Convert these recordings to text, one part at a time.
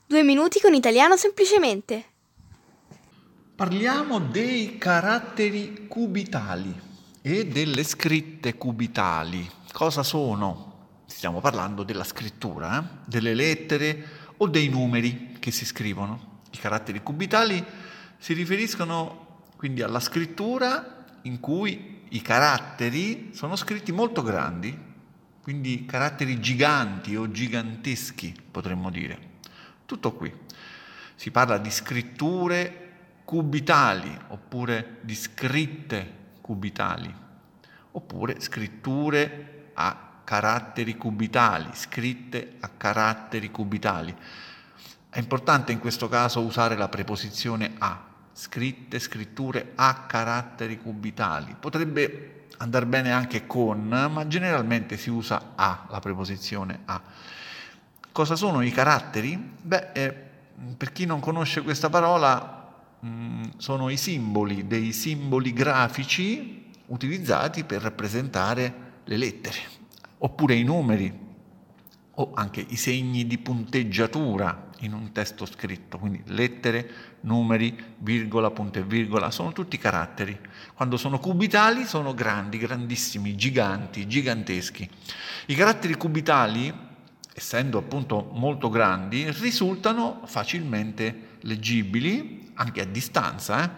2 minuti con italiano semplicemente. Parliamo dei caratteri cubitali e delle scritte cubitali. Cosa sono? Stiamo parlando della scrittura, delle lettere o dei numeri che si scrivono. I caratteri cubitali si riferiscono quindi alla scrittura in cui i caratteri sono scritti molto grandi, quindi caratteri giganti o giganteschi, potremmo dire. Tutto qui. Si parla di scritture cubitali, oppure di scritte cubitali, oppure scritture a caratteri cubitali, scritte a caratteri cubitali. È importante in questo caso usare la preposizione a, scritture a caratteri cubitali. Potrebbe andare bene anche con, ma generalmente si usa a, la preposizione a. Cosa sono i caratteri? Per chi non conosce questa parola, sono i simboli, dei simboli grafici utilizzati per rappresentare le lettere, oppure i numeri, o anche i segni di punteggiatura in un testo scritto, quindi lettere, numeri, virgola, punto e virgola, sono tutti caratteri. Quando sono cubitali sono grandi, grandissimi, giganti, giganteschi. I caratteri cubitali, essendo appunto molto grandi, risultano facilmente leggibili, anche a distanza,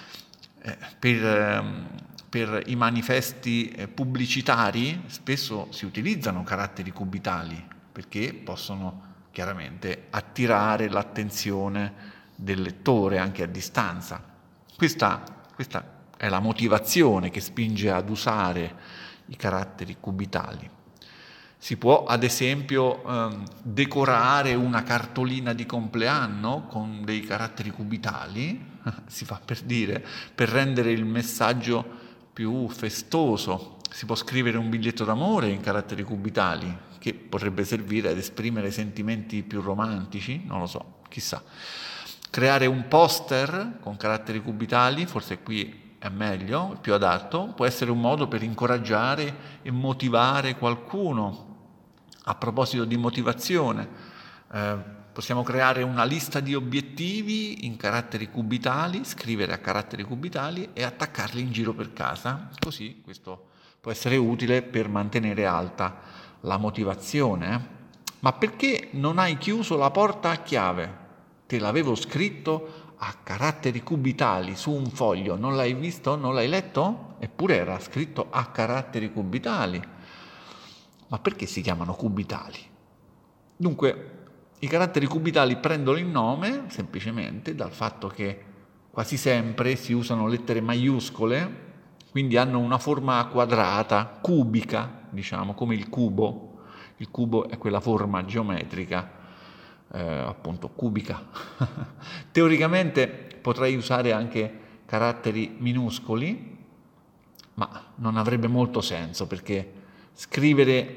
per i manifesti pubblicitari spesso si utilizzano caratteri cubitali perché possono chiaramente attirare l'attenzione del lettore anche a distanza. Questa è la motivazione che spinge ad usare i caratteri cubitali. Si può ad esempio decorare una cartolina di compleanno con dei caratteri cubitali, si fa per dire, per rendere il messaggio più festoso. Si può scrivere un biglietto d'amore in caratteri cubitali, che potrebbe servire ad esprimere sentimenti più romantici, non lo so, chissà. Creare un poster con caratteri cubitali, forse qui è meglio, più adatto, può essere un modo per incoraggiare e motivare qualcuno. A proposito di motivazione, possiamo creare una lista di obiettivi in caratteri cubitali, scrivere a caratteri cubitali e attaccarli in giro per casa, così questo può essere utile per mantenere alta la motivazione. Ma perché non hai chiuso la porta a chiave? Te l'avevo scritto a caratteri cubitali su un foglio, non l'hai visto? Non l'hai letto? Eppure era scritto a caratteri cubitali. Ma perché si chiamano cubitali? Dunque, i caratteri cubitali prendono il nome semplicemente dal fatto che quasi sempre si usano lettere maiuscole, quindi hanno una forma quadrata, cubica, diciamo, come il cubo. Il cubo è quella forma geometrica, appunto, cubica. Teoricamente potrei usare anche caratteri minuscoli, ma non avrebbe molto senso perché scrivere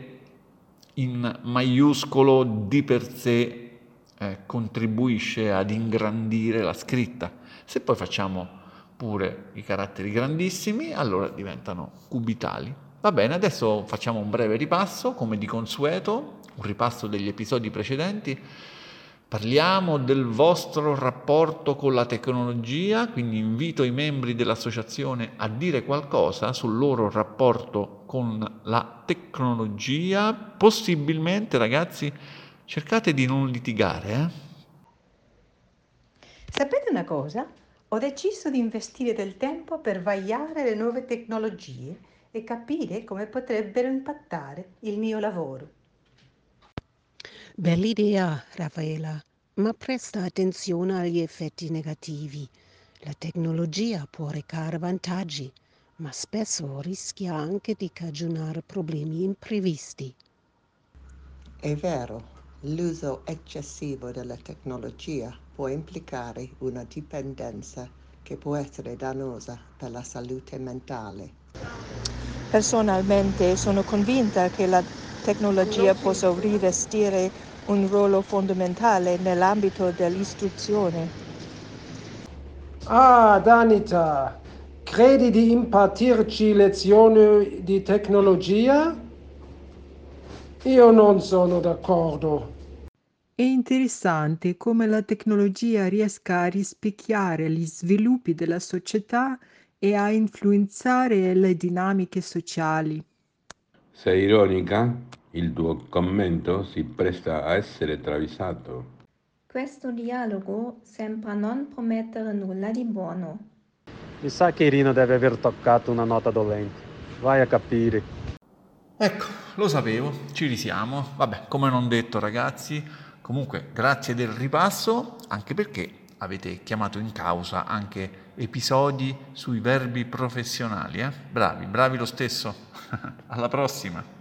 in maiuscolo di per sé contribuisce ad ingrandire la scritta. Se poi facciamo pure i caratteri grandissimi, allora diventano cubitali. Va bene, adesso facciamo un breve ripasso, come di consueto, un ripasso degli episodi precedenti. Parliamo del vostro rapporto con la tecnologia, quindi invito i membri dell'associazione a dire qualcosa sul loro rapporto con la tecnologia. Possibilmente, ragazzi, cercate di non litigare. Sapete una cosa? Ho deciso di investire del tempo per vagliare le nuove tecnologie e capire come potrebbero impattare il mio lavoro. Bell'idea, Raffaela, ma presta attenzione agli effetti negativi. La tecnologia può recare vantaggi, ma spesso rischia anche di cagionare problemi imprevisti. È vero, l'uso eccessivo della tecnologia può implicare una dipendenza che può essere dannosa per la salute mentale. Personalmente sono convinta che la tecnologia possa rivestire un ruolo fondamentale nell'ambito dell'istruzione. Ah, Danita, credi di impartirci lezioni di tecnologia? Io non sono d'accordo. È interessante come la tecnologia riesca a rispecchiare gli sviluppi della società e a influenzare le dinamiche sociali. Sei ironica? Il tuo commento si presta a essere travisato. Questo dialogo sembra non promettere nulla di buono. Mi sa che Irino deve aver toccato una nota dolente. Vai a capire. Ecco, lo sapevo, ci risiamo. Vabbè, come non detto ragazzi, comunque grazie del ripasso, anche perché avete chiamato in causa anche episodi sui verbi professionali, eh? Bravi lo stesso. Alla prossima.